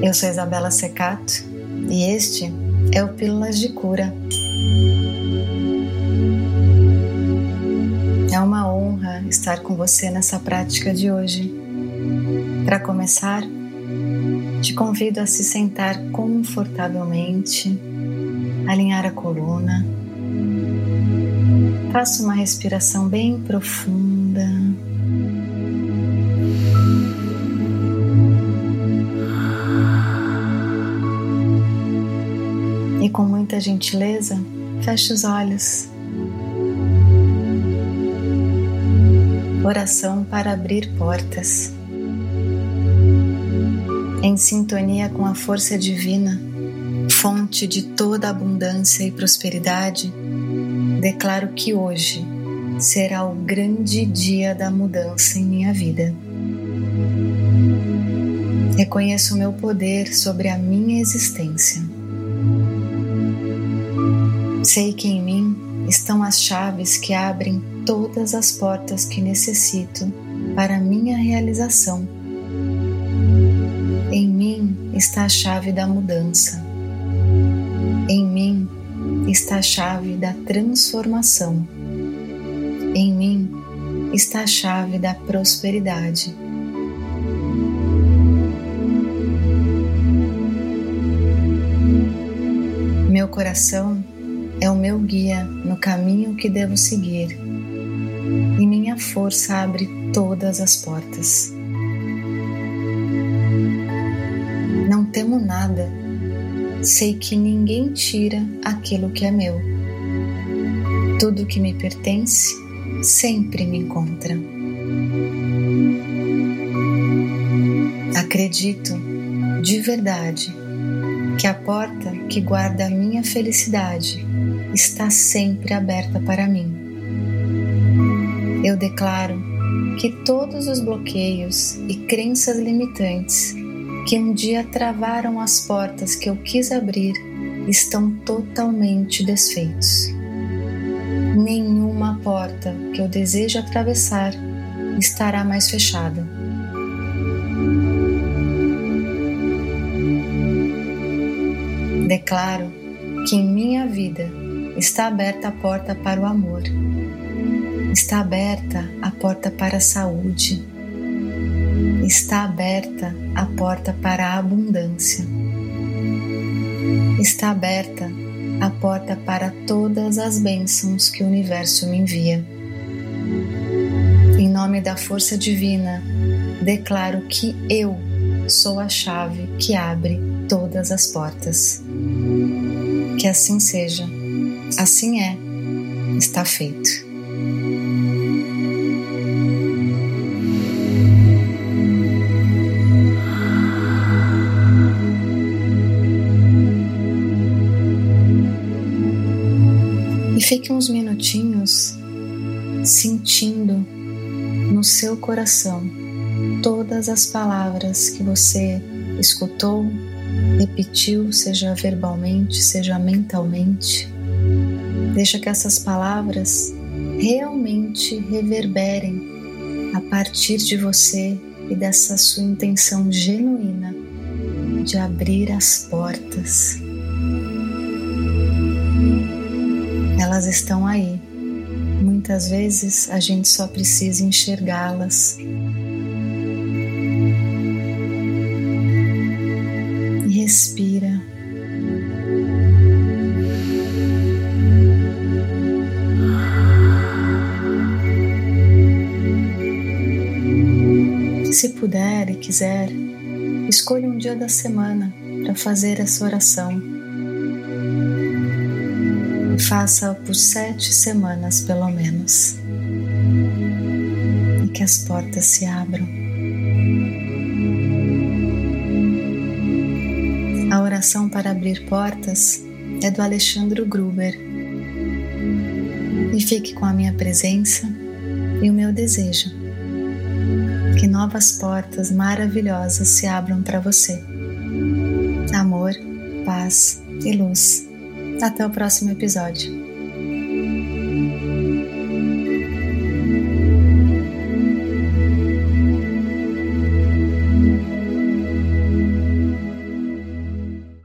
Eu sou Isabela Secato e este é o Pílulas de Cura. É uma honra estar com você nessa prática de hoje. Para começar, te convido a se sentar confortavelmente, alinhar a coluna. Faça uma respiração bem profunda. E com muita gentileza, feche os olhos. Oração para abrir portas. Em sintonia com a força divina, fonte de toda abundância e prosperidade, declaro que hoje será o grande dia da mudança em minha vida. Reconheço o meu poder sobre a minha existência. Sei que em mim estão as chaves que abrem todas as portas que necessito para a minha realização. Em mim está a chave da mudança. Em mim está a chave da transformação. Em mim está a chave da prosperidade. Meu coração é o meu guia no caminho que devo seguir, e minha força abre todas as portas. Não temo nada, sei que ninguém tira aquilo que é meu. Tudo que me pertence sempre me encontra. Acredito de verdade que a porta que guarda a minha felicidade está sempre aberta para mim. Eu declaro que todos os bloqueios e crenças limitantes que um dia travaram as portas que eu quis abrir estão totalmente desfeitos. Nenhuma porta que eu desejo atravessar estará mais fechada. Declaro que em minha vida está aberta a porta para o amor, está aberta a porta para a saúde, está aberta a porta para a abundância, está aberta a porta para todas as bênçãos que o universo me envia. Em nome da força divina, declaro que eu sou a chave que abre todas as portas. Que assim seja. Assim é, está feito. E fique uns minutinhos sentindo no seu coração todas as palavras que você escutou, repetiu, seja verbalmente, seja mentalmente. Deixa que essas palavras realmente reverberem a partir de você e dessa sua intenção genuína de abrir as portas. Elas estão aí. Muitas vezes a gente só precisa enxergá-las. E respira. Se puder e quiser, escolha um dia da semana para fazer essa oração. E faça-a por 7 semanas, pelo menos. E que as portas se abram. A oração para abrir portas é do Alexandre Gruber. E fique com a minha presença e o meu desejo. Que novas portas maravilhosas se abram para você. Amor, paz e luz. Até o próximo episódio.